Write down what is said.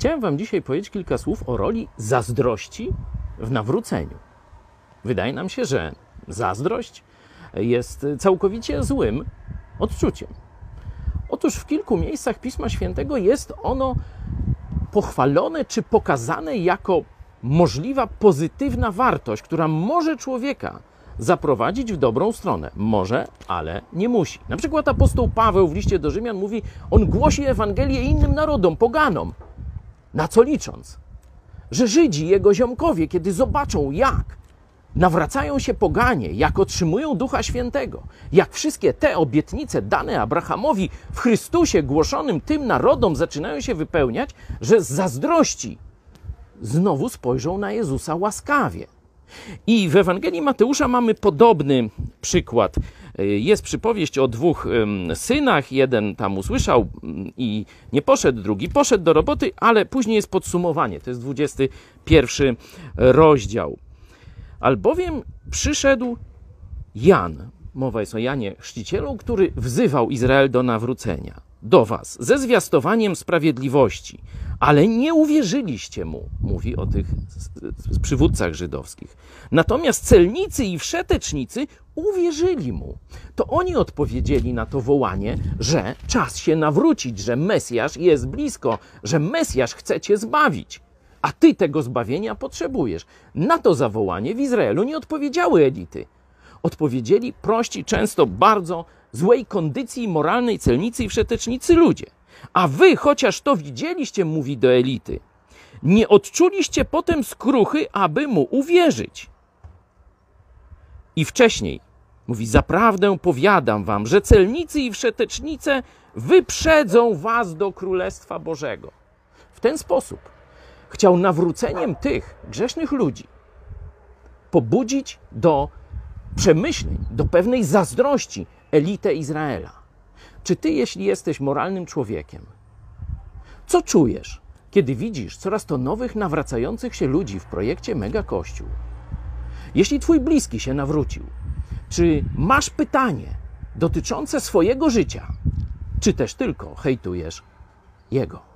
Chciałem wam dzisiaj powiedzieć kilka słów o roli zazdrości w nawróceniu. Wydaje nam się, że zazdrość jest całkowicie złym odczuciem. Otóż w kilku miejscach Pisma Świętego jest ono pochwalone czy pokazane jako możliwa, pozytywna wartość, która może człowieka zaprowadzić w dobrą stronę. Może, ale nie musi. Na przykład apostoł Paweł w liście do Rzymian mówi, on głosi Ewangelię innym narodom, poganom. Na co licząc? Że Żydzi, jego ziomkowie, kiedy zobaczą, jak nawracają się poganie, jak otrzymują Ducha Świętego, jak wszystkie te obietnice dane Abrahamowi w Chrystusie głoszonym tym narodom zaczynają się wypełniać, że z zazdrości znowu spojrzą na Jezusa łaskawie. I w Ewangelii Mateusza mamy podobny przykład. Jest przypowieść o dwóch synach. Jeden tam usłyszał i nie poszedł, drugi poszedł do roboty, ale później jest podsumowanie. To jest 21 rozdział. Albowiem przyszedł Jan, mowa jest o Janie Chrzcicielu, który wzywał Izrael do nawrócenia, do was, ze zwiastowaniem sprawiedliwości, ale nie uwierzyliście mu, mówi o tych przywódcach żydowskich. Natomiast celnicy i wszetecznicy uwierzyli mu. To oni odpowiedzieli na to wołanie, że czas się nawrócić, że Mesjasz jest blisko, że Mesjasz chce cię zbawić. A ty tego zbawienia potrzebujesz. Na to zawołanie w Izraelu nie odpowiedziały elity. Odpowiedzieli prości, często bardzo złej kondycji moralnej celnicy i wszetecznicy ludzie. A wy, chociaż to widzieliście, mówi do elity, nie odczuliście potem skruchy, aby mu uwierzyć. I wcześniej mówi, zaprawdę powiadam wam, że celnicy i wszetecznice wyprzedzą was do Królestwa Bożego. W ten sposób chciał nawróceniem tych grzesznych ludzi pobudzić do przemyśleń, do pewnej zazdrości elitę Izraela. Czy ty, jeśli jesteś moralnym człowiekiem, co czujesz, kiedy widzisz coraz to nowych nawracających się ludzi w projekcie Mega Kościół? Jeśli twój bliski się nawrócił, czy masz pytanie dotyczące swojego życia, czy też tylko hejtujesz jego?